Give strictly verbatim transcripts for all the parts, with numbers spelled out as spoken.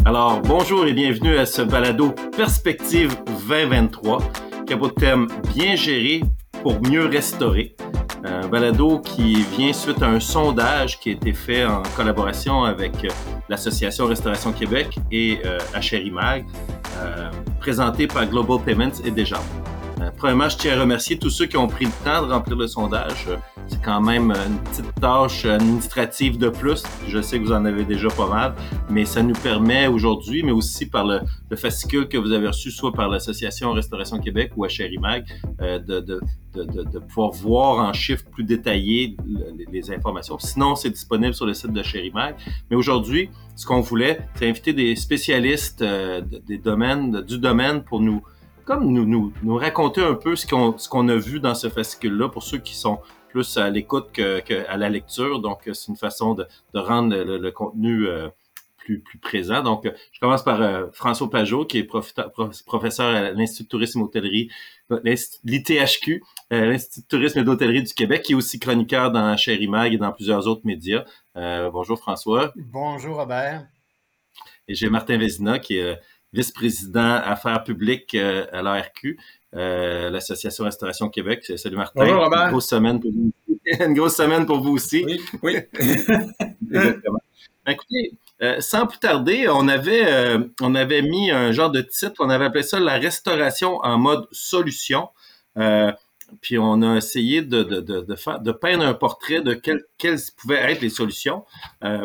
Alors, bonjour et bienvenue à ce balado Perspective vingt vingt-trois, qui a pour thème Bien gérer pour mieux restaurer. Un balado qui vient suite à un sondage qui a été fait en collaboration avec l'Association Restauration Québec et euh, H R I M A G, euh, présenté par Global Payments et Desjardins. Euh, premièrement, je tiens à remercier tous ceux qui ont pris le temps de remplir le sondage. Euh, c'est quand même une petite tâche administrative de plus. Je sais que vous en avez déjà pas mal, mais ça nous permet aujourd'hui, mais aussi par le, le fascicule que vous avez reçu, soit par l'Association Restauration Québec ou H R I M A G, euh, de, de, de, de, de pouvoir voir en chiffres plus détaillés les, les informations. Sinon, c'est disponible sur le site de H R I M A G. Mais aujourd'hui, ce qu'on voulait, c'est inviter des spécialistes euh, des domaines, de, du domaine pour nous comme nous, nous, nous raconter un peu ce qu'on, ce qu'on a vu dans ce fascicule-là pour ceux qui sont plus à l'écoute que, que à la lecture. Donc, c'est une façon de, de rendre le, le contenu euh, plus, plus présent. Donc, je commence par euh, François Pajot, qui est prof, prof, professeur à l'Institut de tourisme et hôtellerie, l'I T H Q, euh, l'Institut de tourisme et d'hôtellerie du Québec, qui est aussi chroniqueur dans H R I M A G et dans plusieurs autres médias. Euh, bonjour François. Bonjour Robert. Et j'ai Martin Vézina, qui est vice-président affaires publiques euh, à l'A R Q, euh, l'Association Restauration Québec. Salut Martin. Bonjour Robert. Une grosse semaine pour vous. Une grosse semaine pour vous aussi. Oui, oui. Exactement. Écoutez, euh, sans plus tarder, on avait, euh, on avait mis un genre de titre, on avait appelé ça la restauration en mode solution. Euh, puis on a essayé de, de, de, de, faire, de peindre un portrait de quel, quelles pouvaient être les solutions. Euh,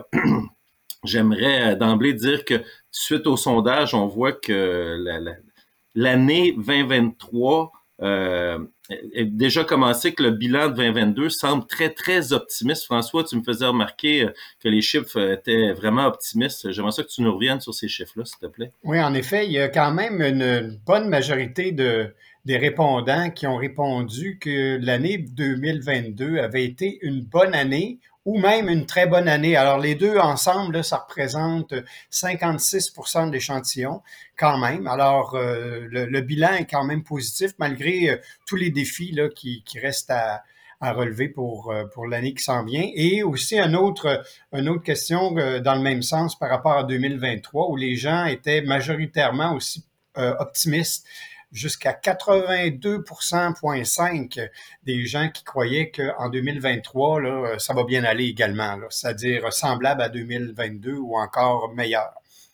J'aimerais d'emblée dire que suite au sondage, on voit que la, la, l'année vingt vingt-trois euh, est déjà commencé, que le bilan de vingt vingt-deux semble très, très optimiste. François, tu me faisais remarquer que les chiffres étaient vraiment optimistes. J'aimerais ça que tu nous reviennes sur ces chiffres-là, s'il te plaît. Oui, en effet, il y a quand même une bonne majorité de, des répondants qui ont répondu que l'année deux mille vingt-deux avait été une bonne année ou même une très bonne année. Alors, les deux ensemble, là, ça représente cinquante-six pour cent de l'échantillon quand même. Alors, euh, le, le bilan est quand même positif malgré euh, tous les défis là, qui, qui restent à, à relever pour, pour l'année qui s'en vient. Et aussi, un autre, une autre question euh, dans le même sens par rapport à deux mille vingt-trois, où les gens étaient majoritairement aussi euh, optimistes. Jusqu'à quatre-vingt-deux pour cent virgule cinq des gens qui croyaient qu'en deux mille vingt-trois, là, ça va bien aller également, là, c'est-à-dire semblable à deux mille vingt-deux ou encore meilleur.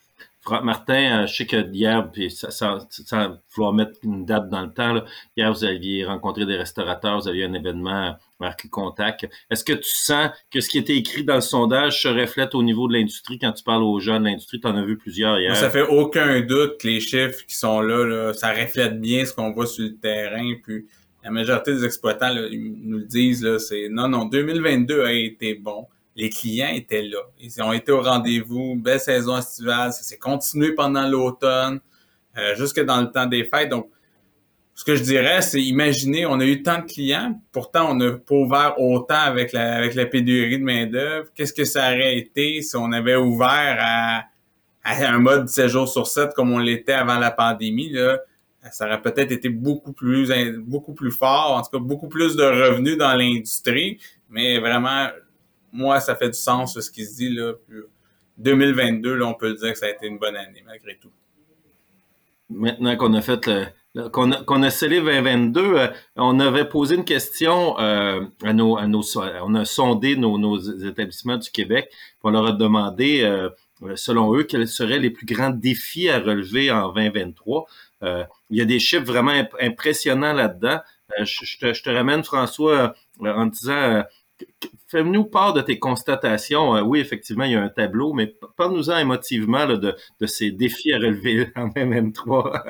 Martin, je sais que hier, puis sans, sans vouloir mettre une date dans le temps, là, hier, vous aviez rencontré des restaurateurs, vous aviez un événement marqué Contact. Est-ce que tu sens que ce qui était écrit dans le sondage se reflète au niveau de l'industrie quand tu parles aux gens de l'industrie? Tu en as vu plusieurs hier. Ça fait aucun doute que les chiffres qui sont là, là ça reflète bien ce qu'on voit sur le terrain. Puis la majorité des exploitants là, ils nous le disent, là, c'est non, non, deux mille vingt-deux a été bon. Les clients étaient là. Ils ont été au rendez-vous. Belle saison estivale. Ça s'est continué pendant l'automne, euh, jusque dans le temps des fêtes. Donc, ce que je dirais, c'est imaginer, on a eu tant de clients, pourtant on n'a pas ouvert autant avec la, avec la pénurie de main-d'œuvre. Qu'est-ce que ça aurait été si on avait ouvert à, à un mode sept jours sur sept comme on l'était avant la pandémie, là? Ça aurait peut-être été beaucoup plus, beaucoup plus fort, en tout cas beaucoup plus de revenus dans l'industrie, mais vraiment, moi, ça fait du sens ce qui se dit là. deux mille vingt-deux, là, on peut dire que ça a été une bonne année malgré tout. Maintenant qu'on a fait le, qu'on a, qu'on a scellé vingt vingt-deux, euh, on avait posé une question euh, à nos, à nos, on a sondé nos, nos établissements du Québec, puis on leur a demandé, euh, selon eux, quels seraient les plus grands défis à relever en vingt vingt-trois. Euh, il y a des chiffres vraiment imp- impressionnants là-dedans. Euh, je, je, te, je te ramène, François, euh, en disant, euh, fais-nous part de tes constatations. Euh, oui, effectivement, il y a un tableau, mais parle-nous-en émotivement là, de, de ces défis à relever en vingt vingt-trois.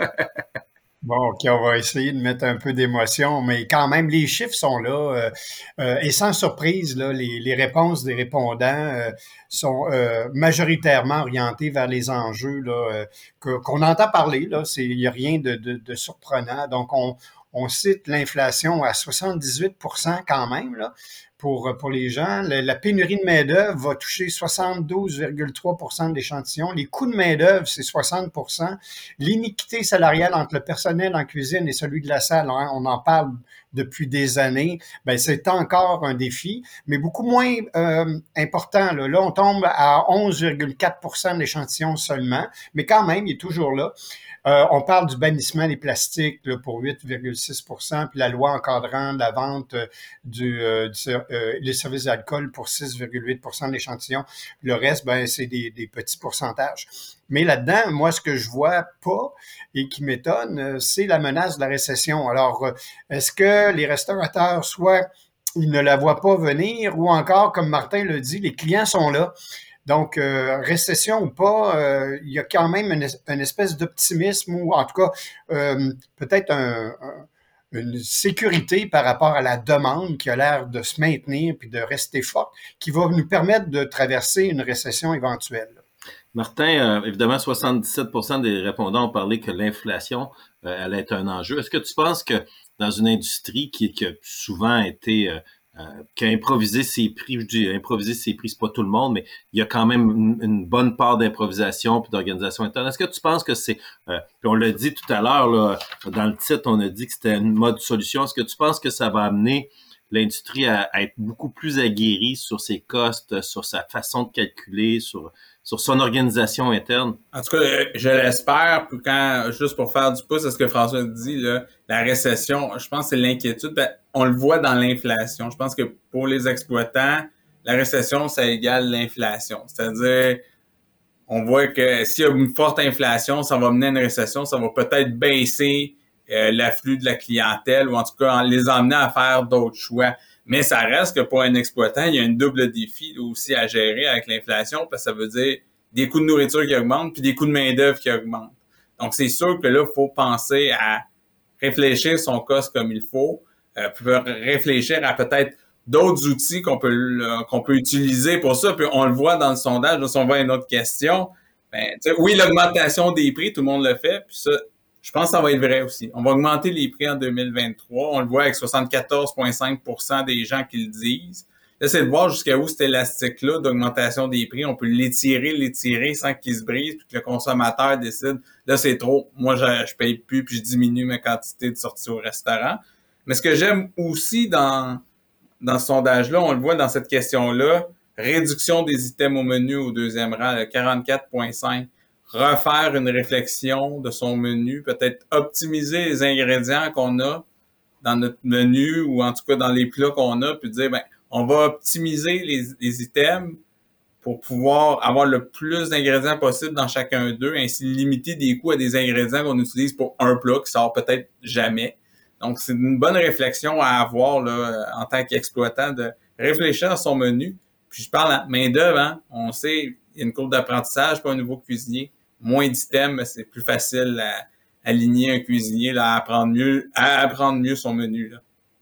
Bon, OK, on va essayer de mettre un peu d'émotion, mais quand même, les chiffres sont là. Euh, euh, et sans surprise, là, les, les réponses des répondants euh, sont euh, majoritairement orientées vers les enjeux là, euh, que, qu'on entend parler. Là, c'est, il n'y a rien de, de, de surprenant. Donc, on, on cite l'inflation à soixante-dix-huit pour cent quand même, là. pour, pour les gens. La, la pénurie de main-d'œuvre va toucher soixante-douze virgule trois pour cent de l'échantillon. Les coûts de main-d'œuvre, c'est soixante pour cent. L'iniquité salariale entre le personnel en cuisine et celui de la salle, hein, on en parle depuis des années, ben c'est encore un défi, mais beaucoup moins euh, important. Là. là, on tombe à onze virgule quatre pour cent de l'échantillon seulement, mais quand même, il est toujours là. Euh, on parle du bannissement des plastiques là, pour huit virgule six pour cent, puis la loi encadrant la vente euh, du, euh, du euh, les services d'alcool pour six virgule huit pour cent de l'échantillon. Le reste, ben c'est des, des petits pourcentages. Mais là-dedans, moi, ce que je vois pas et qui m'étonne, c'est la menace de la récession. Alors, est-ce que les restaurateurs, soit ils ne la voient pas venir, ou encore, comme Martin l'a dit, les clients sont là. Donc, euh, récession ou pas, euh, il y a quand même une, une espèce d'optimisme ou en tout cas, euh, peut-être un, un, une sécurité par rapport à la demande qui a l'air de se maintenir puis de rester forte, qui va nous permettre de traverser une récession éventuelle. Martin, euh, évidemment, soixante-dix-sept pour cent des répondants ont parlé que l'inflation euh, allait être un enjeu. Est-ce que tu penses que dans une industrie qui, qui a souvent été, euh, euh, qui a improvisé ses prix, je dis improviser ses prix, c'est pas tout le monde, mais il y a quand même une, une bonne part d'improvisation puis d'organisation interne. Est-ce que tu penses que c'est, euh, puis on l'a dit tout à l'heure, là, dans le titre, on a dit que c'était une mode solution. Est-ce que tu penses que ça va amener l'industrie à, à être beaucoup plus aguerrie sur ses costes, sur sa façon de calculer, sur sur son organisation interne? En tout cas, je l'espère. Quand, juste pour faire du pouce à ce que François dit, là, la récession, je pense que c'est l'inquiétude. Ben, on le voit dans l'inflation. Je pense que pour les exploitants, la récession, ça égale l'inflation. C'est-à-dire, on voit que s'il y a une forte inflation, ça va mener à une récession, ça va peut-être baisser euh, l'afflux de la clientèle ou en tout cas les emmener à faire d'autres choix. Mais ça reste que pour un exploitant, il y a un double défi aussi à gérer avec l'inflation parce que ça veut dire des coûts de nourriture qui augmentent puis des coûts de main-d'œuvre qui augmentent. Donc, c'est sûr que là, il faut penser à réfléchir son cost comme il faut, euh, puis réfléchir à peut-être d'autres outils qu'on peut euh, qu'on peut utiliser pour ça. Puis on le voit dans le sondage. Là, si on va à une autre question, ben, oui, l'augmentation des prix, tout le monde le fait. Puis ça, je pense que ça va être vrai aussi. On va augmenter les prix en deux mille vingt-trois. On le voit avec soixante-quatorze virgule cinq pour cent des gens qui le disent. Là, c'est de voir jusqu'à où cet élastique-là d'augmentation des prix. On peut l'étirer, l'étirer sans qu'il se brise, puis que le consommateur décide, là, c'est trop. Moi, je, je paye plus, puis je diminue ma quantité de sortie au restaurant. Mais ce que j'aime aussi dans, dans ce sondage-là, on le voit dans cette question-là, réduction des items au menu au deuxième rang, le quarante-quatre virgule cinq. Refaire une réflexion de son menu, peut-être optimiser les ingrédients qu'on a dans notre menu ou en tout cas dans les plats qu'on a, puis dire, ben, on va optimiser les, les items pour pouvoir avoir le plus d'ingrédients possible dans chacun d'eux, ainsi limiter des coûts à des ingrédients qu'on utilise pour un plat qui sort peut-être jamais. Donc, c'est une bonne réflexion à avoir là, en tant qu'exploitant, de réfléchir à son menu. Puis je parle à main-d'œuvre, hein? On sait, il y a une courbe d'apprentissage pour un nouveau cuisinier. Moins d'items, c'est plus facile à aligner un cuisinier là, à apprendre mieux, à apprendre mieux son menu. Là.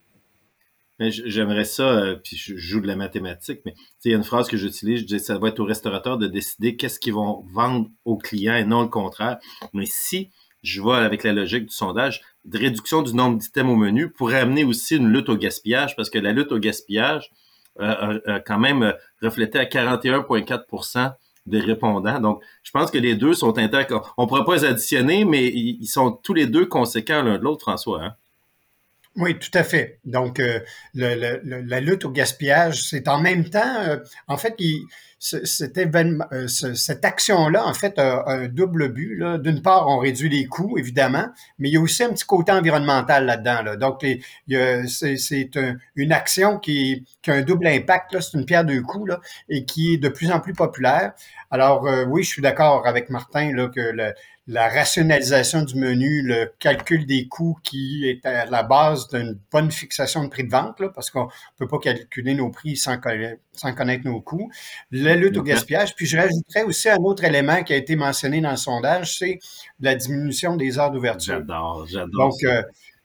Mais j'aimerais ça, euh, puis je joue de la mathématique, mais il y a une phrase que j'utilise, je dis ça va être aux restaurateurs de décider qu'est-ce qu'ils vont vendre aux clients et non le contraire. Mais si je vais avec la logique du sondage, de réduction du nombre d'items au menu pourrait amener aussi une lutte au gaspillage, parce que la lutte au gaspillage euh, a, a quand même reflété à quarante et un virgule quatre pour cent des répondants. Donc, je pense que les deux sont inter... On ne pourra pas les additionner, mais ils sont tous les deux conséquents l'un de l'autre, François. Hein? Oui, tout à fait. Donc, euh, le, le, la lutte au gaspillage, c'est en même temps, euh, en fait, il, ce, cet événement, euh, ce, cette action-là, en fait, a un double but. Là. D'une part, on réduit les coûts, évidemment, mais il y a aussi un petit côté environnemental là-dedans. Là. Donc, les, il y a, c'est, c'est un, une action qui, qui a un double impact. Là. C'est une pierre deux coups là, et qui est de plus en plus populaire. Alors, euh, oui, je suis d'accord avec Martin là, que le, la rationalisation du menu, le calcul des coûts qui est à la base d'une bonne fixation de prix de vente, là, parce qu'on ne peut pas calculer nos prix sans connaître, sans connaître nos coûts. La lutte au gaspillage. Puis je rajouterais aussi un autre élément qui a été mentionné dans le sondage, c'est la diminution des heures d'ouverture. J'adore, j'adore. Donc, euh,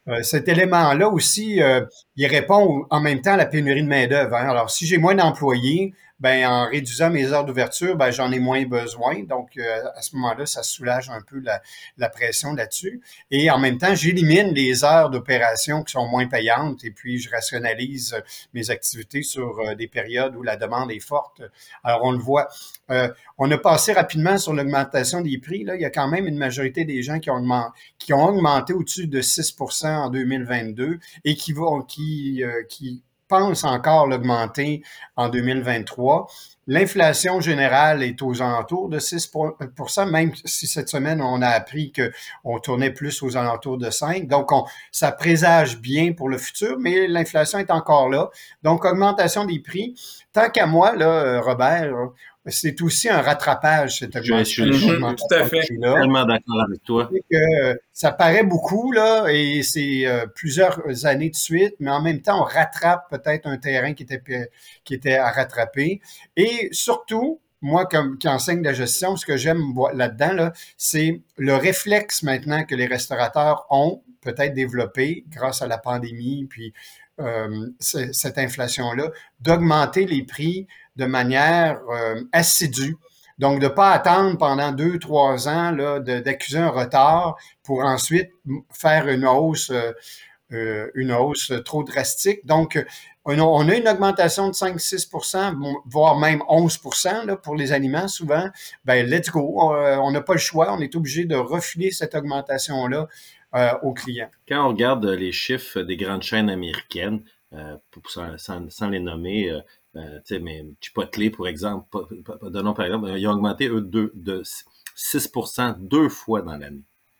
Euh, cet élément-là aussi, euh, il répond en même temps à la pénurie de main-d'œuvre. Hein. Alors, si j'ai moins d'employés, ben en réduisant mes heures d'ouverture, ben j'en ai moins besoin. Donc, euh, à ce moment-là, ça soulage un peu la, la pression là-dessus. Et en même temps, j'élimine les heures d'opération qui sont moins payantes et puis je rationalise mes activités sur euh, des périodes où la demande est forte. Alors, on le voit. Euh, on a passé rapidement sur l'augmentation des prix. Là. Il y a quand même une majorité des gens qui ont augmenté, qui ont augmenté au-dessus de six pour cent en deux mille vingt-deux et qui vont, qui, euh, qui pensent encore l'augmenter en deux mille vingt-trois. L'inflation générale est aux alentours de six pour cent, même si cette semaine, on a appris qu'on tournait plus aux alentours de cinq. Donc, on, ça présage bien pour le futur, mais l'inflation est encore là. Donc, augmentation des prix. Tant qu'à moi, là, Robert, c'est aussi un rattrapage, cette augmentation. Je, je, je, mm-hmm, tout à fait. Je suis tellement d'accord avec toi. Que ça paraît beaucoup, là, et c'est euh, plusieurs années de suite, mais en même temps, on rattrape peut-être un terrain qui était, qui était à rattraper. Et surtout, moi, comme, qui enseigne la gestion, ce que j'aime là-dedans, là, c'est le réflexe maintenant que les restaurateurs ont peut-être développé grâce à la pandémie, puis euh, cette inflation-là, d'augmenter les prix de manière euh, assidue. Donc, de ne pas attendre pendant deux, trois ans là, de, d'accuser un retard pour ensuite faire une hausse, euh, une hausse trop drastique. Donc, on a, on a une augmentation de cinq à six pour cent, voire même onze pour cent là, pour les aliments souvent. Ben, let's go. On n'a pas le choix. On est obligé de refiler cette augmentation-là euh, aux clients. Quand on regarde les chiffres des grandes chaînes américaines, euh, sans, sans, sans les nommer, euh, Euh, tu sais, mais Chipotle, pour exemple, donnons par exemple, ils ont augmenté, eux, de, de six pour cent deux fois dans l'année.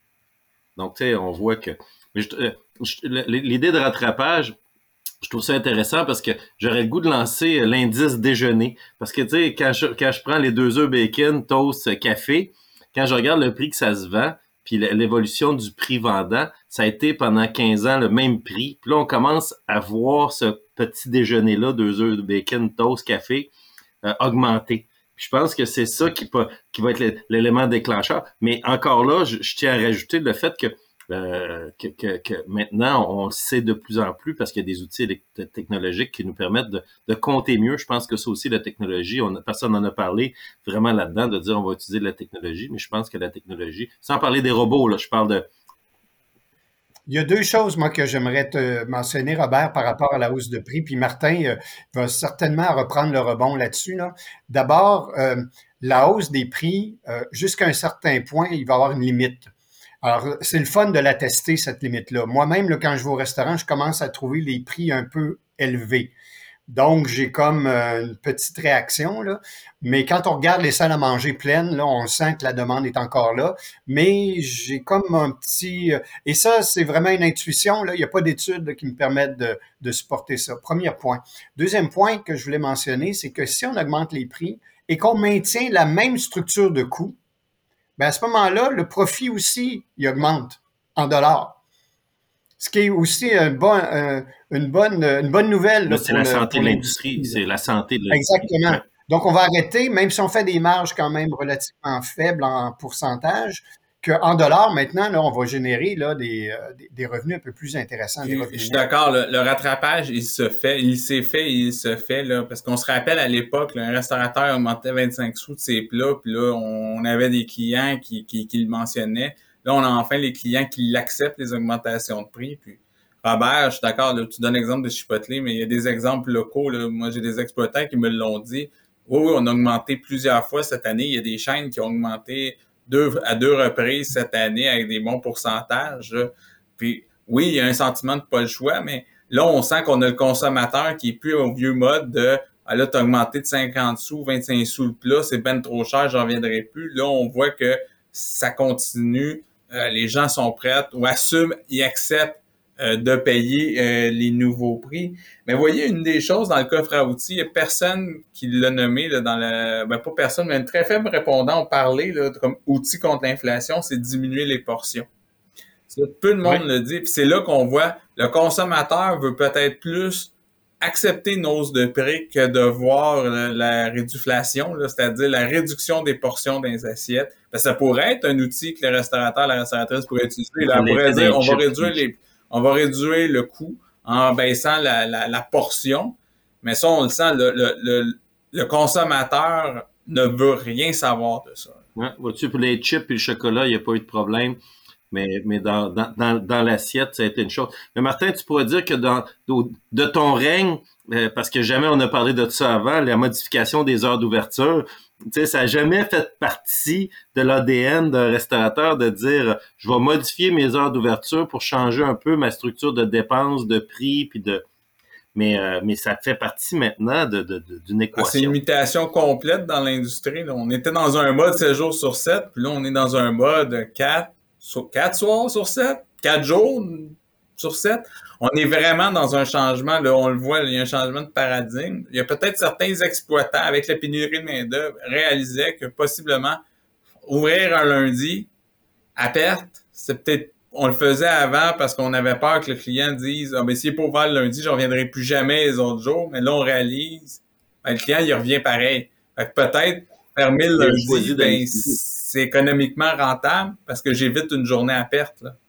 Donc, tu sais, on voit que... Je, je, l'idée de rattrapage, je trouve ça intéressant parce que j'aurais le goût de lancer l'indice déjeuner. Parce que, tu sais, quand je, quand je prends les deux œufs bacon, toast, café, quand je regarde le prix que ça se vend, puis l'évolution du prix vendant, ça a été pendant quinze ans le même prix. Puis là, on commence à voir ce petit déjeuner-là, deux œufs de bacon, toast, café, euh, augmenter. Puis je pense que c'est ça qui, peut, qui va être l'élément déclencheur. Mais encore là, je, je tiens à rajouter le fait que, euh, que, que, que maintenant, on le sait de plus en plus parce qu'il y a des outils technologiques qui nous permettent de, de compter mieux. Je pense que ça aussi, la technologie, on, personne n'en a parlé vraiment là-dedans, de dire on va utiliser de la technologie, mais je pense que la technologie, sans parler des robots, là, je parle de... Il y a deux choses, moi, que j'aimerais te mentionner, Robert, par rapport à la hausse de prix. Puis Martin euh, va certainement reprendre le rebond là-dessus. Là. D'abord, euh, la hausse des prix, euh, jusqu'à un certain point, il va y avoir une limite. Alors, c'est le fun de la tester, cette limite-là. Moi-même, là, quand je vais au restaurant, je commence à trouver les prix un peu élevés. Donc, j'ai comme euh, une petite réaction, là. Mais quand on regarde les salles à manger pleines, là, on sent que la demande est encore là. Mais j'ai comme un petit... Et ça, c'est vraiment une intuition, là. Il n'y a pas d'études là, qui me permettent de, de supporter ça. Premier point. Deuxième point que je voulais mentionner, c'est que si on augmente les prix et qu'on maintient la même structure de coûts, bien à ce moment-là, le profit aussi, il augmente en dollars. Ce qui est aussi un bon, euh, une, bonne, une bonne nouvelle. Là, c'est la le, santé de l'industrie. C'est la santé de l'industrie. Exactement. Donc, on va arrêter, même si on fait des marges quand même relativement faibles en pourcentage, qu'en dollars, maintenant, là, on va générer là, des, euh, des revenus un peu plus intéressants. Des revenus je suis d'accord. Le, le rattrapage, il se fait. Il s'est fait, il se fait. Là, parce qu'on se rappelle à l'époque, là, un restaurateur augmentait vingt-cinq sous de ses plats, puis là, on avait des clients qui, qui, qui le mentionnaient. Là, on a enfin les clients qui l'acceptent, les augmentations de prix. Puis, Robert, je suis d'accord, là, tu donnes l'exemple de Chipotle, mais il y a des exemples locaux. Là. Moi, j'ai des exploitants qui me l'ont dit. Oui, oui, on a augmenté plusieurs fois cette année. Il y a des chaînes qui ont augmenté deux, à deux reprises cette année avec des bons pourcentages. Là. Puis, oui, il y a un sentiment de pas le choix, mais là, on sent qu'on a le consommateur qui est plus au vieux mode de ah là, t'as augmenté de cinquante sous, vingt-cinq sous le plat, c'est ben trop cher, j'en reviendrai plus. Là, on voit que ça continue. Euh, les gens sont prêts ou assument, ils acceptent euh, de payer euh, les nouveaux prix. Mais voyez, une des choses dans le coffre à outils, il n'y a personne qui l'a nommé là, dans le... Ben, pas personne, mais un très faible répondant ont parlé là, comme outil contre l'inflation, c'est diminuer les portions. C'est, peu de monde oui. le dit. Puis c'est là qu'on voit le consommateur veut peut-être plus accepter une hausse de prix que de voir la, la réduflation, là, c'est-à-dire la réduction des portions dans les assiettes. Parce que ça pourrait être un outil que le restaurateur, la restauratrice pourrait utiliser. Là, on pourrait dire, on va réduire les, on va réduire le coût en baissant la, la, la portion. Mais ça, on le sent, le, le, le, le consommateur ne veut rien savoir de ça. Ouais, vois-tu, pour les chips et le chocolat, il n'y a pas eu de problème. Mais, mais dans, dans, dans, dans l'assiette, ça a été une chose. Mais Martin, tu pourrais dire que dans de ton règne, euh, parce que jamais on a parlé de ça avant, la modification des heures d'ouverture, tu sais, ça n'a jamais fait partie de l'A D N d'un restaurateur de dire je vais modifier mes heures d'ouverture pour changer un peu ma structure de dépenses, de prix, puis de. Mais, euh, mais ça fait partie maintenant de, de, de, d'une équation. Ah, c'est une mutation complète dans l'industrie. Là. On était dans un mode sept jours sur sept, puis là, on est dans un mode quatre, sur, quatre soirs sur sept, quatre jours sur sept. On est vraiment dans un changement. Là, on le voit, là, il y a un changement de paradigme. Il y a peut-être certains exploitants, avec la pénurie de main-d'œuvre, réalisaient que possiblement ouvrir un lundi à perte, c'est peut-être on le faisait avant parce qu'on avait peur que le client dise « Ah, ben, s'il est pas ouvert le lundi, je reviendrai plus jamais les autres jours. » Mais là, on réalise, ben, le client, il revient pareil. Fait que peut-être, fermer le lundi, ben, c'est économiquement rentable parce que j'évite une journée à perte, là.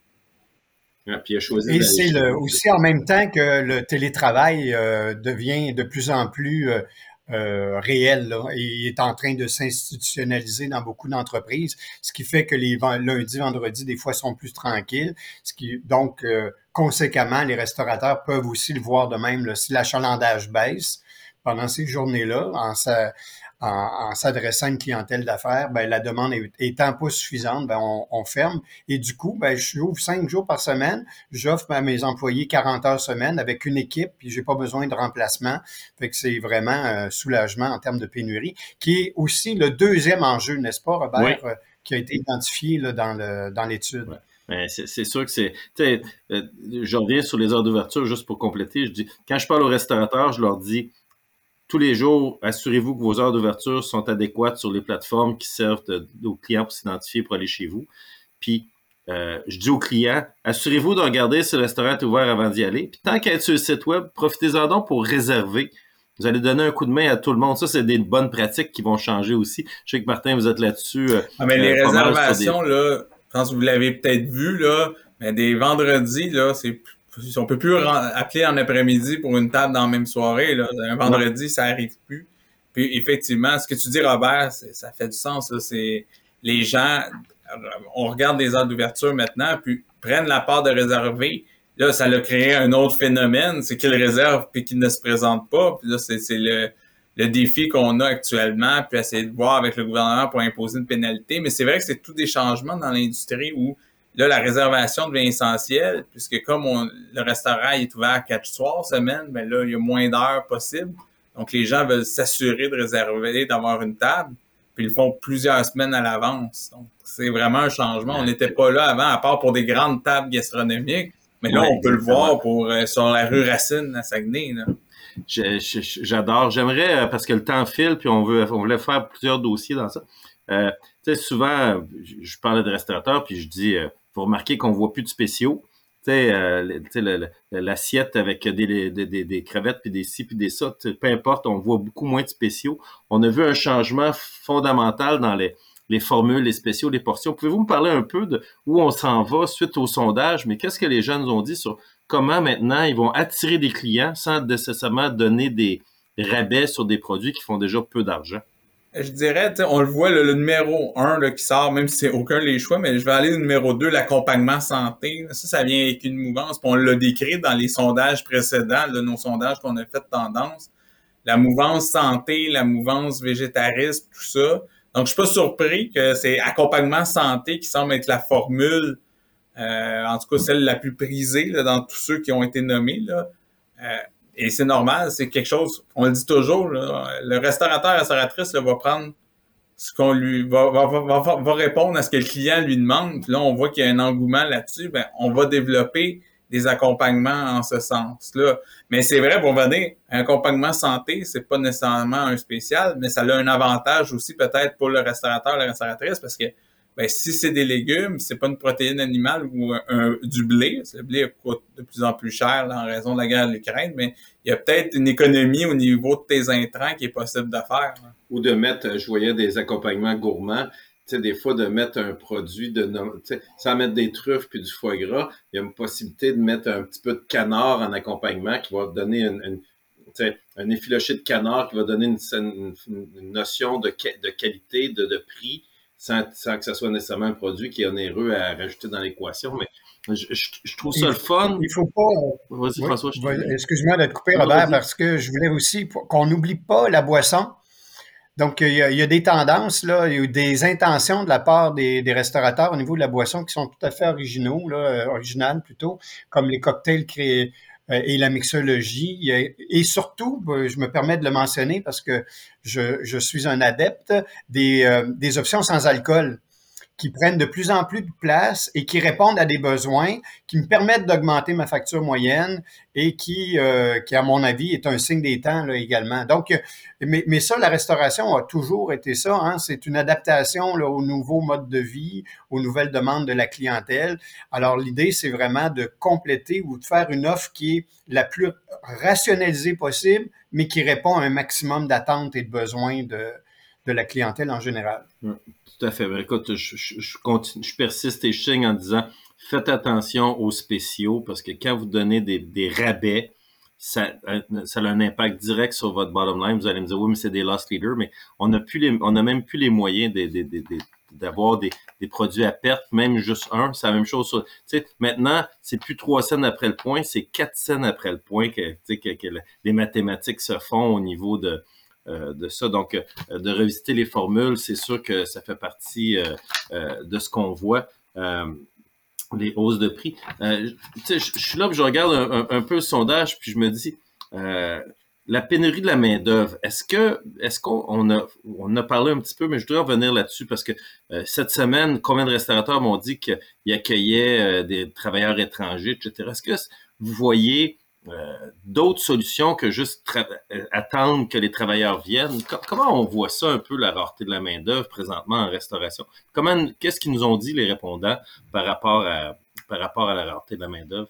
Ah, puis il a choisi Et c'est le, aussi en même temps que le télétravail euh, devient de plus en plus euh, Euh, réel là, et est en train de s'institutionnaliser dans beaucoup d'entreprises, ce qui fait que les lundis, vendredis, des fois, sont plus tranquilles. Ce qui, donc, euh, conséquemment, les restaurateurs peuvent aussi le voir de même. Là, si l'achalandage baisse pendant ces journées-là, en, sa, en, en s'adressant à une clientèle d'affaires, ben, la demande est, étant pas suffisante, ben, on, on ferme. Et du coup, ben, j'ouvre cinq jours par semaine, j'offre à mes employés quarante heures semaine avec une équipe, puis j'ai pas besoin de remplacement. Fait que c'est vraiment un soulagement en termes de pénurie, qui est aussi le deuxième enjeu, n'est-ce pas, Robert, oui. euh, qui a été identifié là, dans, le, dans l'étude. Ouais. Ben, c'est, c'est sûr que c'est... Tu sais, euh, je reviens sur les heures d'ouverture, juste pour compléter. Je dis, quand je parle aux restaurateurs, je leur dis, tous les jours, assurez-vous que vos heures d'ouverture sont adéquates sur les plateformes qui servent de, aux clients pour s'identifier pour aller chez vous. Puis, euh, je dis aux clients, assurez-vous de regarder si le restaurant est ouvert avant d'y aller. Puis, tant qu'à être sur le site web, profitez-en donc pour réserver. Vous allez donner un coup de main à tout le monde. Ça, c'est des bonnes pratiques qui vont changer aussi. Je sais que, Martin, vous êtes là-dessus. Euh, ah, mais les euh, réservations, des... là, je pense que vous l'avez peut-être vu, là, mais des vendredis, là, c'est on peut plus appeler en après-midi pour une table dans la même soirée, là. Un vendredi, ça arrive plus. Puis effectivement, ce que tu dis, Robert, ça fait du sens, là. C'est les gens, on regarde les heures d'ouverture maintenant, puis prennent la part de réserver. Là, ça a créé un autre phénomène, c'est qu'ils réservent puis qu'ils ne se présentent pas. Puis là, c'est, c'est le, le défi qu'on a actuellement, puis essayer de voir avec le gouvernement pour imposer une pénalité. Mais c'est vrai que c'est tous des changements dans l'industrie où là, la réservation devient essentielle, puisque comme on, le restaurant est ouvert quatre soirs semaine, ben là, il y a moins d'heures possibles. Donc, les gens veulent s'assurer de réserver, d'avoir une table, puis ils le font plusieurs semaines à l'avance. Donc, c'est vraiment un changement. On n'était pas là avant, à part pour des grandes tables gastronomiques, mais là, ouais, on peut exactement. Le voir pour euh, sur la rue Racine à Saguenay, là. Je, je, j'adore. J'aimerais, parce que le temps file, puis on veut, on voulait faire plusieurs dossiers dans ça. Euh, tu sais, souvent, je, je parlais de restaurateurs, puis je dis... Euh, faut remarquer qu'on voit plus de spéciaux. Tu sais, euh, le, le, l'assiette avec des, des, des, des crevettes, puis des ci, puis des ça, peu importe, on voit beaucoup moins de spéciaux. On a vu un changement fondamental dans les, les formules, les spéciaux, les portions. Pouvez-vous me parler un peu de où on s'en va suite au sondage, mais qu'est-ce que les gens nous ont dit sur comment maintenant ils vont attirer des clients sans nécessairement donner des rabais sur des produits qui font déjà peu d'argent? Je dirais, on le voit, le, le numéro un là, qui sort, même si c'est aucun des choix, mais je vais aller au numéro deux, l'accompagnement santé. Ça, ça vient avec une mouvance, puis on l'a décrit dans les sondages précédents, là, nos sondages qu'on a fait de tendance. La mouvance santé, la mouvance végétarisme, tout ça. Donc, je suis pas surpris que c'est accompagnement santé qui semble être la formule, euh, en tout cas celle la plus prisée là, dans tous ceux qui ont été nommés, là. Euh, Et c'est normal, c'est quelque chose, on le dit toujours, là, le restaurateur, la restauratrice là, va prendre ce qu'on lui va, va, va, va répondre à ce que le client lui demande. Puis là, on voit qu'il y a un engouement là-dessus, ben, on va développer des accompagnements en ce sens-là. Mais c'est vrai, pour venir, un accompagnement santé, c'est pas nécessairement un spécial, mais ça a un avantage aussi peut-être pour le restaurateur, la restauratrice, parce que ben, si c'est des légumes, c'est pas une protéine animale ou un, un, du blé. Le blé coûte de plus en plus cher là, en raison de la guerre de l'Ukraine, mais il y a peut-être une économie au niveau de tes intrants qui est possible de faire. Là. Ou de mettre, je voyais des accompagnements gourmands, sais, des fois, de mettre un produit, de tu sais, sans mettre des truffes puis du foie gras, il y a une possibilité de mettre un petit peu de canard en accompagnement qui va donner une, une tu sais, un effiloché de canard qui va donner une, une, une notion de, de qualité, de, de prix, sans, sans que ce soit nécessairement un produit qui est onéreux à rajouter dans l'équation. Mais je, je, je trouve ça Il, le fun. Il faut pas. Vas-y, Oui, François. Je excuse-moi de te couper, non, Robert, vas-y. parce que je voulais aussi qu'on n'oublie pas la boisson. Donc, il y, a, il y a des tendances, là, il y a des intentions de la part des, des restaurateurs au niveau de la boisson qui sont tout à fait originaux, là, originales plutôt, comme les cocktails créés euh, et la mixologie. Et surtout, je me permets de le mentionner parce que je, je suis un adepte des, euh, des options sans alcool qui prennent de plus en plus de place et qui répondent à des besoins, qui me permettent d'augmenter ma facture moyenne et qui, euh, qui à mon avis, est un signe des temps là, également. Donc, mais, mais ça, la restauration a toujours été ça. Hein? C'est une adaptation là, aux nouveaux modes de vie, aux nouvelles demandes de la clientèle. Alors, l'idée, c'est vraiment de compléter ou de faire une offre qui est la plus rationalisée possible, mais qui répond à un maximum d'attentes et de besoins de, de la clientèle en général. Mmh. Tout à fait. Écoute, je, je, je, continue, je persiste et je signe en disant faites attention aux spéciaux parce que quand vous donnez des, des rabais, ça, ça a un impact direct sur votre bottom line. Vous allez me dire oui, mais c'est des loss leaders, mais on n'a plus les, on n'a même plus les moyens de, de, de, de, d'avoir des, des produits à perte, même juste un. C'est la même chose. Sur, tu sais, maintenant, c'est plus trois cents après le point, c'est quatre cents après le point que, tu sais, que, que les mathématiques se font au niveau de Euh, de ça. Donc, euh, de revisiter les formules, c'est sûr que ça fait partie euh, euh, de ce qu'on voit, euh, les hausses de prix. Euh, tu sais, je suis là, puis je regarde un, un, un peu le sondage, puis je me dis, euh, la pénurie de la main-d'œuvre, est-ce que, est-ce qu'on on a, on a parlé un petit peu, mais je voudrais revenir là-dessus parce que euh, cette semaine, combien de restaurateurs m'ont dit qu'ils accueillaient euh, des travailleurs étrangers, et cetera. Est-ce que vous voyez Euh, d'autres solutions que juste tra- attendre que les travailleurs viennent? Com- comment on voit ça un peu, la rareté de la main-d'œuvre présentement en restauration? Comment, qu'est-ce qu'ils nous ont dit les répondants par rapport à, par rapport à la rareté de la main-d'œuvre?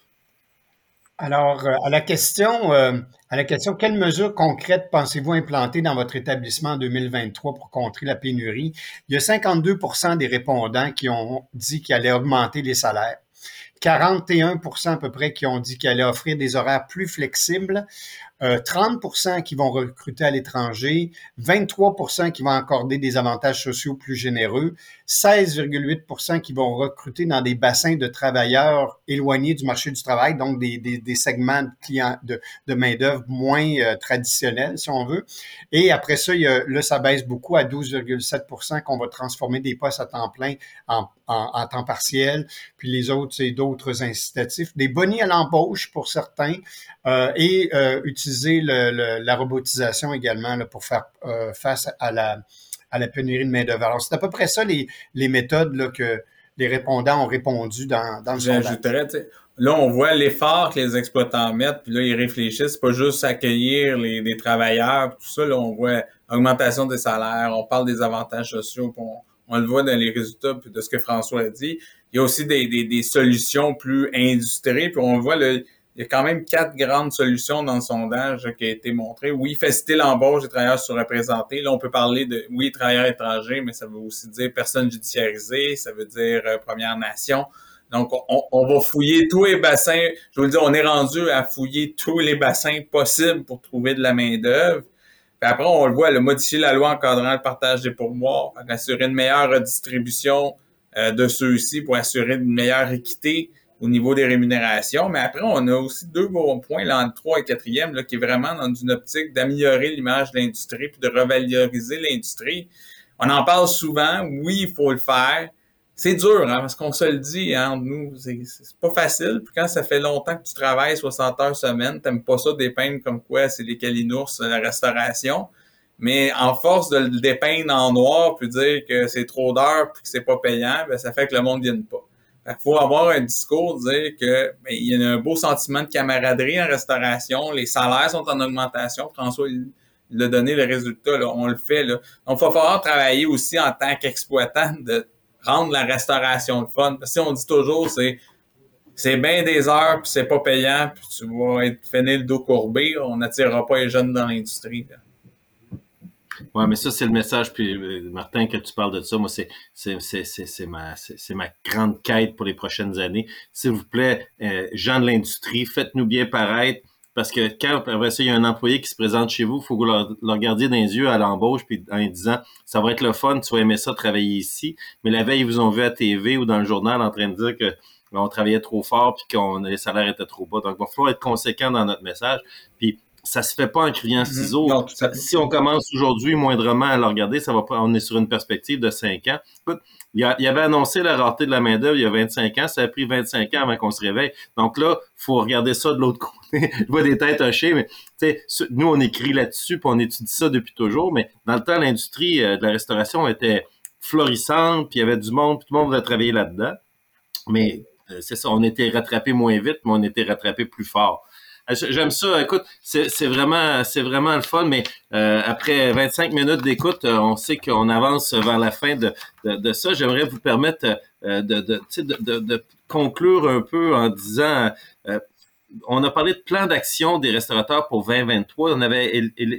Alors, euh, à la question, euh, à la question, quelles mesures concrètes pensez-vous implanter dans votre établissement en deux mille vingt-trois pour contrer la pénurie? Il y a cinquante-deux pour cent des répondants qui ont dit qu'ils allaient augmenter les salaires. quarante et un pour cent à peu près qui ont dit qu'ils allaient offrir des horaires plus flexibles, euh, trente pour cent qui vont recruter à l'étranger, vingt-trois pour cent qui vont accorder des avantages sociaux plus généreux, seize virgule huit pour cent qui vont recruter dans des bassins de travailleurs éloignés du marché du travail, donc des, des, des segments de, clients, de, de main-d'œuvre moins euh, traditionnels, si on veut. Et après ça, il y a, là, ça baisse beaucoup à douze virgule sept pour cent qu'on va transformer des postes à temps plein en, en, en temps partiel. Puis les autres, c'est d'autres incitatifs. Des bonnies à l'embauche pour certains euh, et euh, utiliser le, le, la robotisation également là, pour faire euh, face à la, à la pénurie de main-d'œuvre. Alors, c'est à peu près ça les, les méthodes là, que les répondants ont répondu dans, dans le sondage. J'ajouterais, tu sais, là, on voit l'effort que les exploitants mettent, puis là, ils réfléchissent. C'est pas juste accueillir les, les travailleurs, tout ça. Là, on voit augmentation des salaires, on parle des avantages sociaux, puis on, on le voit dans les résultats puis de ce que François a dit. Il y a aussi des, des, des solutions plus industrielles, puis on voit, le, il y a quand même quatre grandes solutions dans le sondage qui a été montré. Oui, faciliter l'embauche des travailleurs surreprésentés. Là, on peut parler de, oui, travailleurs étrangers, mais ça veut aussi dire personnes judiciarisées, ça veut dire euh, Premières Nations. Donc, on, on va fouiller tous les bassins. Je veux dire, on est rendu à fouiller tous les bassins possibles pour trouver de la main-d'œuvre. Puis après, on le voit, le modifier la loi encadrant le partage des pourboires, assurer une meilleure redistribution euh, de ceux-ci pour assurer une meilleure équité au niveau des rémunérations. Mais après, on a aussi deux bons points, là, entre trois et quatrième, là, qui est vraiment dans une optique d'améliorer l'image de l'industrie puis de revaloriser l'industrie. On en parle souvent. Oui, il faut le faire. C'est dur, hein, parce qu'on se le dit, hein, nous, c'est, c'est pas facile. Puis quand ça fait longtemps que tu travailles soixante heures semaine, t'aimes pas ça dépeindre comme quoi c'est les calinours, la restauration. Mais en force de le dépeindre en noir puis dire que c'est trop d'heures puis que c'est pas payant, ben ça fait que le monde ne vienne pas. Il faut avoir un discours, dire que ben, il y a un beau sentiment de camaraderie en restauration, les salaires sont en augmentation. François, il, il a donné le résultat, là, on le fait. Là. Donc, il va falloir travailler aussi en tant qu'exploitant de rendre la restauration le fun. Parce que si on dit toujours, c'est c'est bien des heures, puis c'est pas payant, puis tu vas être fini le dos courbé, on n'attirera pas les jeunes dans l'industrie. Là. Ouais, mais ça, c'est le message. Puis, euh, Martin, que tu parles de ça, moi, c'est, c'est, c'est, c'est, c'est ma, c'est, c'est ma grande quête pour les prochaines années. S'il vous plaît, euh, gens de l'industrie, faites-nous bien paraître. Parce que quand, après ça, il y a un employé qui se présente chez vous, il faut que vous leur, leur regardiez dans les yeux à l'embauche, puis en disant, ça va être le fun, tu vas aimer ça, travailler ici. Mais la veille, ils vous ont vu à T V ou dans le journal en train de dire que on travaillait trop fort puis que les salaires étaient trop bas. Donc, il va falloir être conséquent dans notre message. Puis, ça se fait pas en criant ciseaux. Non, ça... Si on commence aujourd'hui moindrement à le regarder, ça va pas, on est sur une perspective de cinq ans. Écoute, il, y a, il avait annoncé la rareté de la main-d'œuvre il y a vingt-cinq ans. Ça a pris vingt-cinq ans avant qu'on se réveille. Donc là, faut regarder ça de l'autre côté. Je vois des têtes hochées, mais tu sais, nous, on écrit là-dessus puis on étudie ça depuis toujours. Mais dans le temps, l'industrie de la restauration était florissante puis il y avait du monde puis tout le monde voulait travailler là-dedans. Mais c'est ça, on était rattrapé moins vite, mais on était rattrapé plus fort. J'aime ça. Écoute, c'est, c'est vraiment, c'est vraiment le fun. Mais euh, après vingt-cinq minutes d'écoute, on sait qu'on avance vers la fin de, de, de ça. J'aimerais vous permettre euh, de, de, de, de, de conclure un peu en disant. Euh, On a parlé de plan d'action des restaurateurs pour vingt vingt-trois. On avait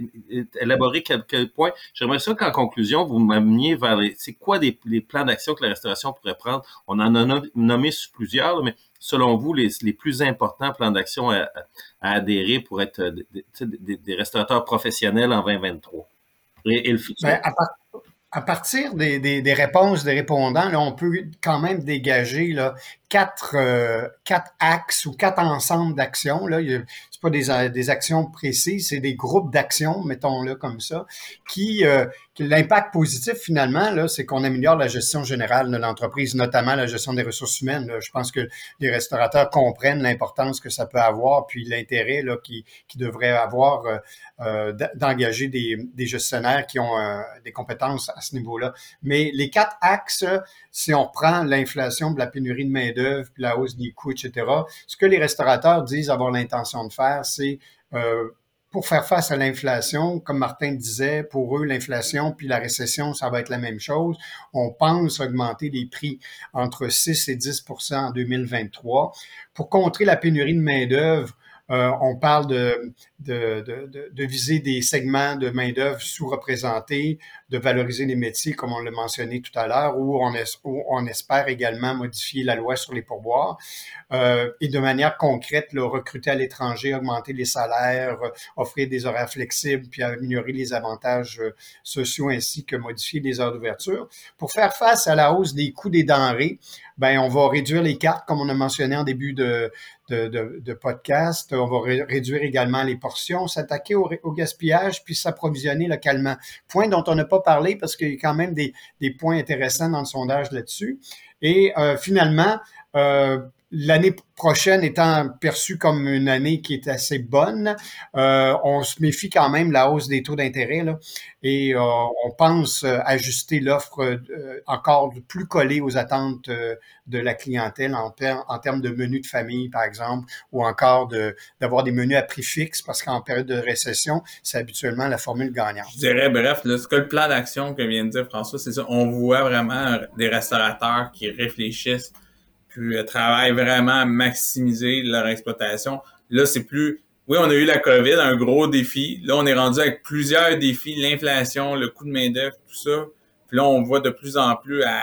élaboré quelques points. J'aimerais ça qu'en conclusion, vous m'ameniez vers les, c'est quoi les, les plans d'action que la restauration pourrait prendre? On en a nommé plusieurs, mais selon vous, les, les plus importants plans d'action à, à adhérer pour être des, des, des restaurateurs professionnels en vingt vingt-trois et, et le futur? Ben, à, part, à partir des, des, des réponses des répondants, là, on peut quand même dégager là, quatre, euh, quatre axes ou quatre ensembles d'actions. Là. C'est pas des, des actions précises, c'est des groupes d'actions, mettons-le comme ça, qui, euh, qui l'impact positif finalement, là, c'est qu'on améliore la gestion générale de l'entreprise, notamment la gestion des ressources humaines. Là. Je pense que les restaurateurs comprennent l'importance que ça peut avoir, puis l'intérêt là, qu'ils qui devrait avoir euh, euh, d'engager des, des gestionnaires qui ont euh, des compétences à ce niveau-là. Mais les quatre axes, si on reprend l'inflation, la pénurie de main-d'œuvre, puis la hausse des coûts, et cetera, ce que les restaurateurs disent avoir l'intention de faire, c'est euh, pour faire face à l'inflation, comme Martin disait, pour eux, l'inflation puis la récession, ça va être la même chose. On pense augmenter les prix entre six et dix pour cent en deux mille vingt-trois. Pour contrer la pénurie de main-d'œuvre, Euh, on parle de, de, de, de viser des segments de main-d'œuvre sous-représentés, de valoriser les métiers, comme on l'a mentionné tout à l'heure, où on, es, où on espère également modifier la loi sur les pourboires euh, et de manière concrète, là, recruter à l'étranger, augmenter les salaires, offrir des horaires flexibles, puis améliorer les avantages sociaux ainsi que modifier les heures d'ouverture. Pour faire face à la hausse des coûts des denrées, ben on va réduire les cartes, comme on a mentionné en début de, de, de, de podcast. On va ré- réduire également les portions, s'attaquer au, au gaspillage, puis s'approvisionner localement. Point dont on n'a pas parlé parce qu'il y a quand même des, des points intéressants dans le sondage là-dessus. Et euh, finalement, euh, l'année prochaine étant perçue comme une année qui est assez bonne, euh, on se méfie quand même de la hausse des taux d'intérêt là, et euh, on pense euh, ajuster l'offre euh, encore plus collée aux attentes euh, de la clientèle en, ter- en termes de menus de famille, par exemple, ou encore de, d'avoir des menus à prix fixe parce qu'en période de récession, c'est habituellement la formule gagnante. Je dirais, bref, là, ce que le plan d'action que vient de dire François, c'est ça. On voit vraiment des restaurateurs qui réfléchissent puis euh, travaillent vraiment à maximiser leur exploitation. Là, c'est plus... Oui, on a eu la COVID, un gros défi. Là, on est rendu avec plusieurs défis, l'inflation, le coût de main-d'œuvre, tout ça. Puis là, on voit de plus en plus à,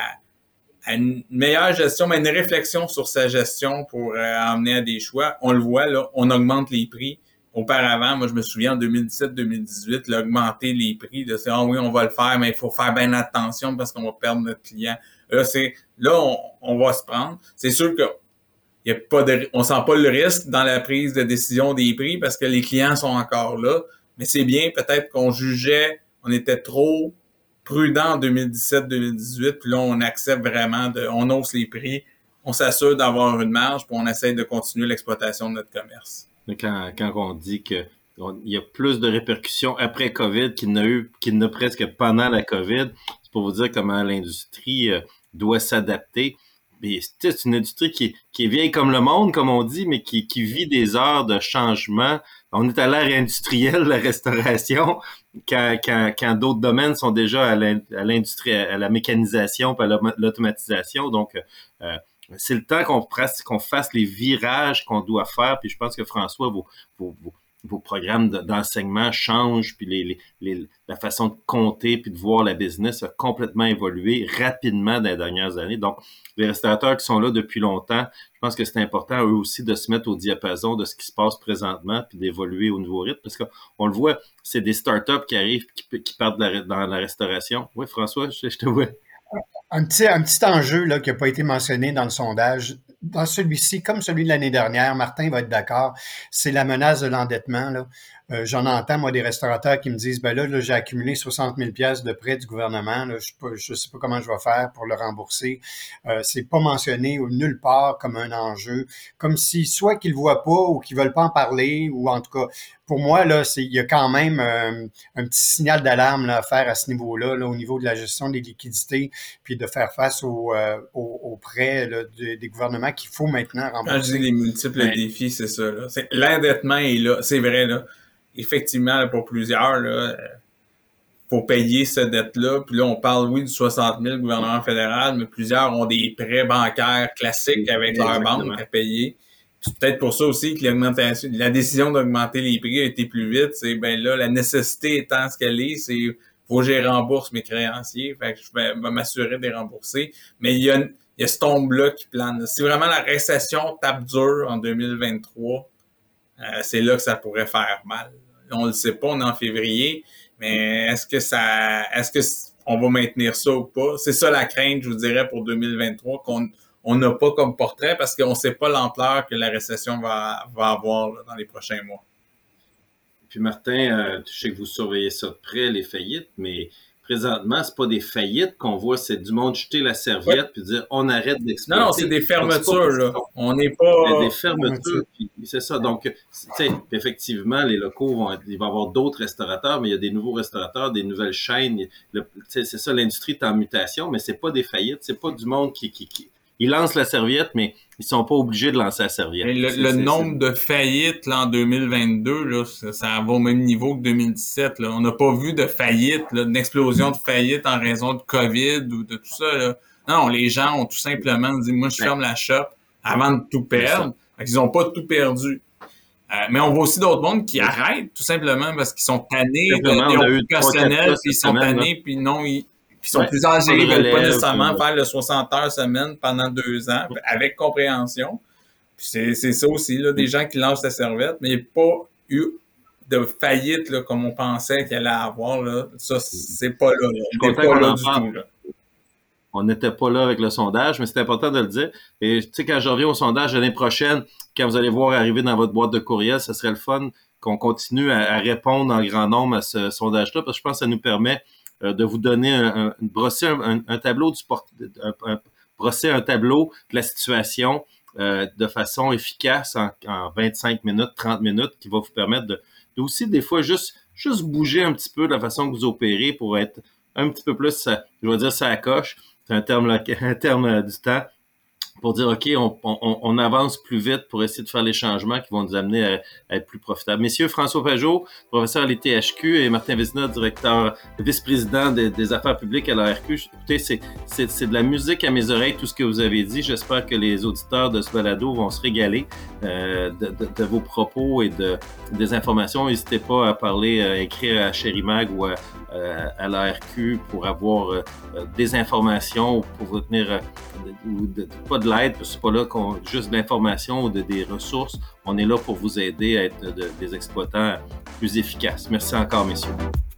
à une meilleure gestion, mais une réflexion sur sa gestion pour euh, amener à des choix. On le voit, là, on augmente les prix. Auparavant, moi, je me souviens, en deux mille dix-sept deux mille dix-huit, là, augmenter les prix, là, c'est « Ah oui, on va le faire, mais il faut faire bien attention parce qu'on va perdre notre client. » Là, c'est, là, on, on va se prendre. C'est sûr que y a pas de, on sent pas le risque dans la prise de décision des prix parce que les clients sont encore là. Mais c'est bien, peut-être qu'on jugeait, on était trop prudent en deux mille dix-sept deux mille dix-huit, puis là, on accepte vraiment de, on hausse les prix, on s'assure d'avoir une marge, puis on essaie de continuer l'exploitation de notre commerce. Quand, quand on dit que on, il y a plus de répercussions après COVID qu'il n'a eu, qu'il n'a presque pendant la COVID, c'est pour vous dire comment l'industrie euh, doit s'adapter. Mais c'est une industrie qui est, qui est vieille comme le monde, comme on dit, mais qui, qui vit des heures de changement. On est à l'ère industrielle, la restauration, quand, quand, quand d'autres domaines sont déjà à l'industrie, à la mécanisation, puis à l'automatisation. Donc, euh, c'est le temps qu'on fasse, qu'on fasse les virages qu'on doit faire. Puis je pense que François, vous, vous, vous vos programmes de, d'enseignement changent, puis les, les, les, la façon de compter puis de voir la business a complètement évolué rapidement dans les dernières années. Donc, les restaurateurs qui sont là depuis longtemps, je pense que c'est important eux aussi de se mettre au diapason de ce qui se passe présentement puis d'évoluer au nouveau rythme, parce qu'on le voit, c'est des startups qui arrivent, qui, qui partent de la, dans la restauration. Oui, François, je, je te vois. Un petit, un petit enjeu là, qui n'a pas été mentionné dans le sondage. Dans celui-ci, comme celui de l'année dernière, Martin va être d'accord, c'est la menace de l'endettement. Là. Euh, j'en entends, moi, des restaurateurs qui me disent, ben là, là j'ai accumulé soixante mille piastres de prêt du gouvernement, là, je ne sais pas comment je vais faire pour le rembourser. Euh, c'est pas mentionné nulle part comme un enjeu, comme si soit qu'ils le voient pas ou qu'ils veulent pas en parler, ou en tout cas, pour moi, là, c'est, il y a quand même euh, un petit signal d'alarme là, à faire à ce niveau-là, là, au niveau de la gestion des liquidités, puis de faire face aux, euh, aux, aux prêts là, de, des gouvernements qu'il faut maintenant rembourser. Quand je dis les multiples ouais. défis, c'est ça. Là. C'est, l'endettement est là, c'est vrai. Là. Effectivement, là, pour plusieurs, il faut payer cette dette-là. Puis là, on parle, oui, du soixante mille gouvernement fédéral, mais plusieurs ont des prêts bancaires classiques avec leur banque à payer. Puis c'est peut-être pour ça aussi que l'augmentation, la décision d'augmenter les prix a été plus vite. C'est ben là, la nécessité étant ce qu'elle est, c'est faut que je rembourse mes créanciers. Fait que je vais, vais m'assurer de les rembourser. Mais il y a, il y a cette ombre-là qui plane. Si vraiment la récession tape dur en deux mille vingt-trois, euh, c'est là que ça pourrait faire mal. On le sait pas, on est en février, mais est-ce que ça, est-ce que on va maintenir ça ou pas? C'est ça la crainte, je vous dirais, pour deux mille vingt-trois, qu'on on n'a pas comme portrait parce qu'on ne sait pas l'ampleur que la récession va, va avoir là, dans les prochains mois. Puis Martin, euh, je sais que vous surveillez ça de près, les faillites, mais présentement, c'est pas des faillites qu'on voit, c'est du monde jeter la serviette ouais. puis dire on arrête d'exploiter. Non, non, c'est des fermetures, là. On n'est pas... Des fermetures, puis c'est ça. Donc, tu sais, effectivement, les locaux vont être, il va y avoir d'autres restaurateurs, mais il y a des nouveaux restaurateurs, des nouvelles chaînes. Le, c'est ça, l'industrie est en mutation, mais c'est pas des faillites, c'est pas du monde qui... qui, qui ils lancent la serviette, mais ils sont pas obligés de lancer la serviette. Le, c'est, le c'est, nombre c'est... de faillites là, en deux mille vingt-deux, là, ça, ça va au même niveau que deux mille dix-sept. Là. On n'a pas vu de faillite, là, d'une explosion de faillite en raison de COVID ou de tout ça. Là. Non, les gens ont tout simplement dit « moi, je ferme la shop avant de tout perdre ». Ils n'ont pas tout perdu. Euh, mais on voit aussi d'autres mondes qui arrêtent tout simplement parce qu'ils sont tannés de des professionnels, puis ils sont tannés, puis non, ils... Puis ils sont ouais, plus âgés, ils ne veulent pas nécessairement faire le soixante heures semaine pendant deux ans, avec compréhension. Puis c'est, c'est ça aussi, là, des gens qui lancent la serviette, mais il n'y a pas eu de faillite là, comme on pensait qu'il allait avoir. Là. Ça, c'est pas là. là. On n'est pas là du tout. Là. On n'était pas là avec le sondage, mais c'est important de le dire. Et tu sais, quand je reviens au sondage l'année prochaine, quand vous allez voir arriver dans votre boîte de courriel, ce serait le fun qu'on continue à, à répondre en grand nombre à ce sondage-là, parce que je pense que ça nous permet de vous donner un, un brosser un, un, un tableau du port, un, un, brosser un tableau de la situation euh, de façon efficace en, en vingt-cinq minutes, trente minutes, qui va vous permettre de, de aussi des fois juste juste bouger un petit peu de la façon que vous opérez pour être un petit peu plus, je vais dire, ça à coche, c'est un terme là, un terme du temps, pour dire, OK, on, on, on avance plus vite pour essayer de faire les changements qui vont nous amener à, à être plus profitables. Messieurs, François Pajot, professeur à l'I T H Q, et Martin Vézina, directeur, vice-président des, des affaires publiques à l'A R Q. Écoutez, c'est, c'est, c'est de la musique à mes oreilles, tout ce que vous avez dit. J'espère que les auditeurs de ce balado vont se régaler euh, de, de, de vos propos et de, des informations. N'hésitez pas à parler, à écrire à Chérimac ou à, à l'A R Q pour avoir euh, des informations ou pour vous tenir, euh, ou de, pas de l'aide, parce que c'est pas là qu'on juste de l'information ou de, des ressources. On est là pour vous aider à être de, des exploitants plus efficaces. Merci encore, messieurs.